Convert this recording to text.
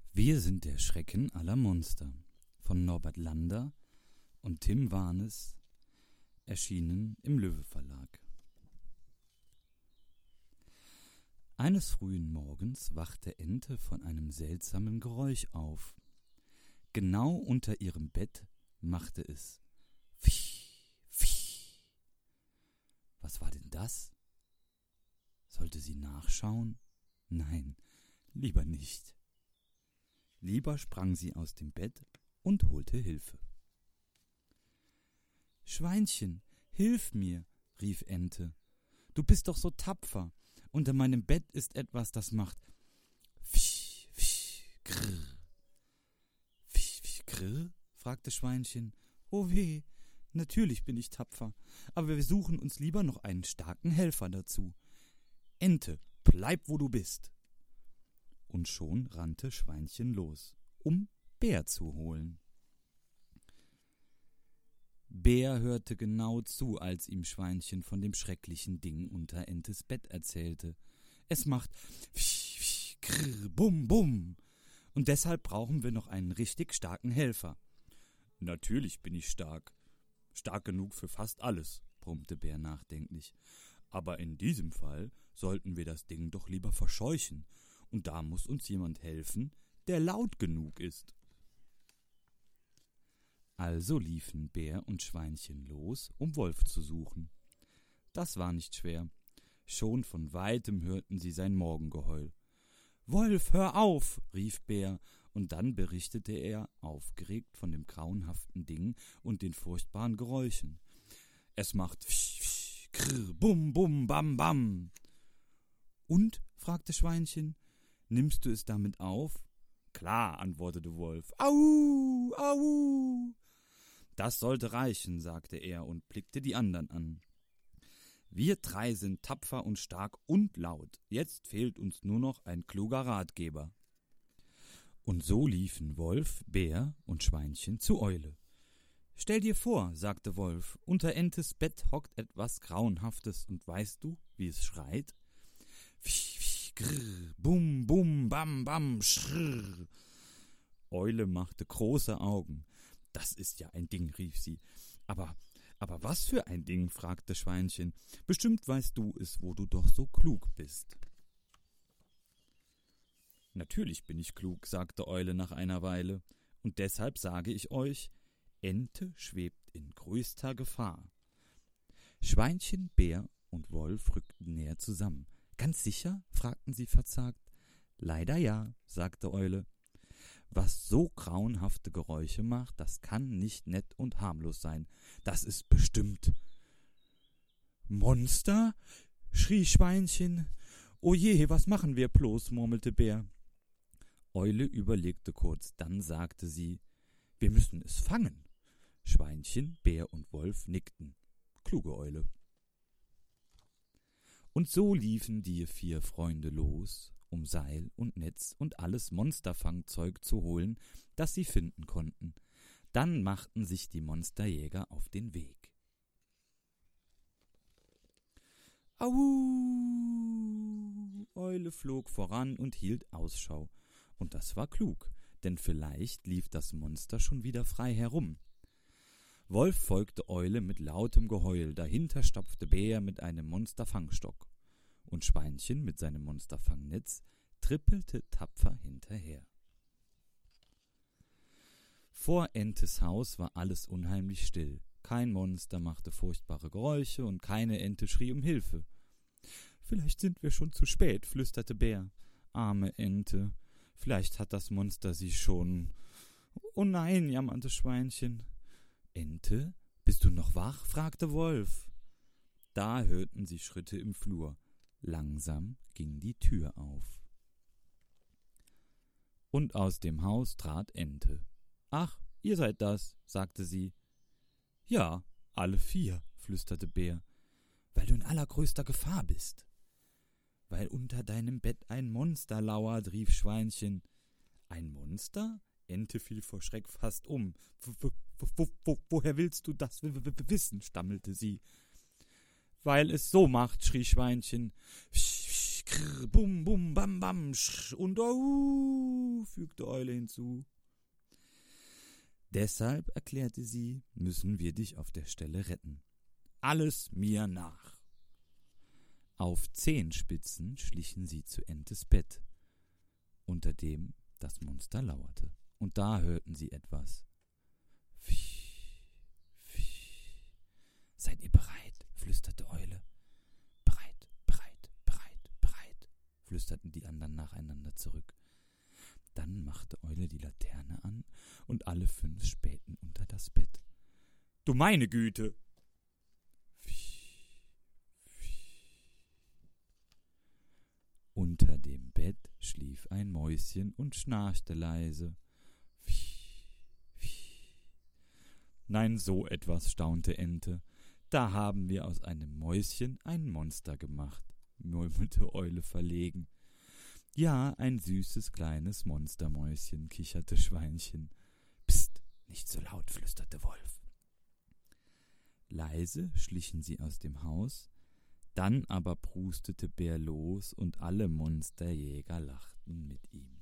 Wir sind der Schrecken aller Monster von Norbert Lander und Tim Warnes, erschienen im Löwe Verlag. Eines frühen Morgens wachte Ente von einem seltsamen Geräusch auf. Genau unter ihrem Bett machte es Pfii, Pfii. Was war denn das? Sollte sie nachschauen? Nein, lieber nicht. Lieber sprang sie aus dem Bett und holte Hilfe. »Schweinchen, hilf mir«, rief Ente. »Du bist doch so tapfer. Unter meinem Bett ist etwas, das macht Pfsch, Pfsch, Grrr.« »Pfsch, Pfsch, Grrr?« fragte Schweinchen. »Oh weh, natürlich bin ich tapfer, aber wir suchen uns lieber noch einen starken Helfer dazu. Ente, bleib, wo du bist!« Und schon rannte Schweinchen los, um Bär zu holen. Bär hörte genau zu, als ihm Schweinchen von dem schrecklichen Ding unter Entes Bett erzählte. Es macht Pfsch, Pfsch, Grrr, Bum, Bum. Und deshalb brauchen wir noch einen richtig starken Helfer. »Natürlich bin ich stark. Stark genug für fast alles«, brummte Bär nachdenklich. »Aber in diesem Fall sollten wir das Ding doch lieber verscheuchen. Und da muss uns jemand helfen, der laut genug ist.« Also liefen Bär und Schweinchen los, um Wolf zu suchen. Das war nicht schwer. Schon von weitem hörten sie sein Morgengeheul. »Wolf, hör auf«, rief Bär, und dann berichtete er, aufgeregt von dem grauenhaften Ding und den furchtbaren Geräuschen. »Es macht Pfsch, Pfsch, Krrr, Bum, Bum, Bam, Bam.« »Und?«, fragte Schweinchen, »nimmst du es damit auf?« »Klar«, antwortete Wolf. »Au, au!« »Das sollte reichen«, sagte er und blickte die anderen an. »Wir drei sind tapfer und stark und laut. Jetzt fehlt uns nur noch ein kluger Ratgeber.« Und so liefen Wolf, Bär und Schweinchen zu Eule. »Stell dir vor«, sagte Wolf, »unter Entes Bett hockt etwas Grauenhaftes, und weißt du, wie es schreit? Pfsch, Pfsch, Grrr, Bum, Bum, Bam, Bam, Schrrr.« Eule machte große Augen. »Das ist ja ein Ding«, rief sie. »Aber was für ein Ding?«, fragte Schweinchen. »Bestimmt weißt du es, wo du doch so klug bist.« »Natürlich bin ich klug«, sagte Eule nach einer Weile, »und deshalb sage ich euch, Ente schwebt in größter Gefahr.« Schweinchen, Bär und Wolf rückten näher zusammen. »Ganz sicher?«, fragten sie verzagt. »Leider ja«, sagte Eule. »Was so grauenhafte Geräusche macht, das kann nicht nett und harmlos sein. Das ist bestimmt Monster?«, schrie Schweinchen. »O je, was machen wir bloß?«, murmelte Bär. Eule überlegte kurz, dann sagte sie, »Wir müssen es fangen.« Schweinchen, Bär und Wolf nickten. Kluge Eule. Und so liefen die 4 Freunde los, um Seil und Netz und alles Monsterfangzeug zu holen, das sie finden konnten. Dann machten sich die Monsterjäger auf den Weg. Au! Eule flog voran und hielt Ausschau. Und das war klug, denn vielleicht lief das Monster schon wieder frei herum. Wolf folgte Eule mit lautem Geheul, dahinter stapfte Bär mit einem Monsterfangstock. Und Schweinchen mit seinem Monsterfangnetz trippelte tapfer hinterher. Vor Entes Haus war alles unheimlich still. Kein Monster machte furchtbare Geräusche und keine Ente schrie um Hilfe. »Vielleicht sind wir schon zu spät«, flüsterte Bär. »Arme Ente, vielleicht hat das Monster sie schon.« »Oh nein«, jammerte Schweinchen. »Ente, bist du noch wach?«, fragte Wolf. Da hörten sie Schritte im Flur. Langsam ging die Tür auf. Und aus dem Haus trat Ente. »Ach, ihr seid das«, sagte sie. »Ja, alle 4«, flüsterte Bär. »Weil du in allergrößter Gefahr bist.« »Weil unter deinem Bett ein Monster lauert«, rief Schweinchen. »Ein Monster?«, Ente fiel vor Schreck fast um. »Woher willst du das wissen?«, stammelte sie. »Weil es so macht«, schrie Schweinchen. »Psch, psch, krr, bum, bum, bam, bam, schrr und au, fügte Eule hinzu. Deshalb, erklärte sie, müssen wir dich auf der Stelle retten. Alles mir nach. Auf Zehenspitzen schlichen sie zu Entes Bett, unter dem das Monster lauerte. Und da hörten sie etwas. Fisch, fisch. Seid ihr bereit? Flüsterte Eule. Bereit, bereit, bereit, bereit, flüsterten die anderen nacheinander zurück. Dann machte Eule die Laterne an und alle 5 spähten unter das Bett. Du meine Güte! Unter dem Bett schlief ein Mäuschen und schnarchte leise. Nein, so etwas, staunte Ente. Da haben wir aus einem Mäuschen ein Monster gemacht, murmelte Eule verlegen. Ja, ein süßes kleines Monstermäuschen, kicherte Schweinchen. Psst, nicht so laut, flüsterte Wolf. Leise schlichen sie aus dem Haus, dann aber prustete Bär los und alle Monsterjäger lachten mit ihm.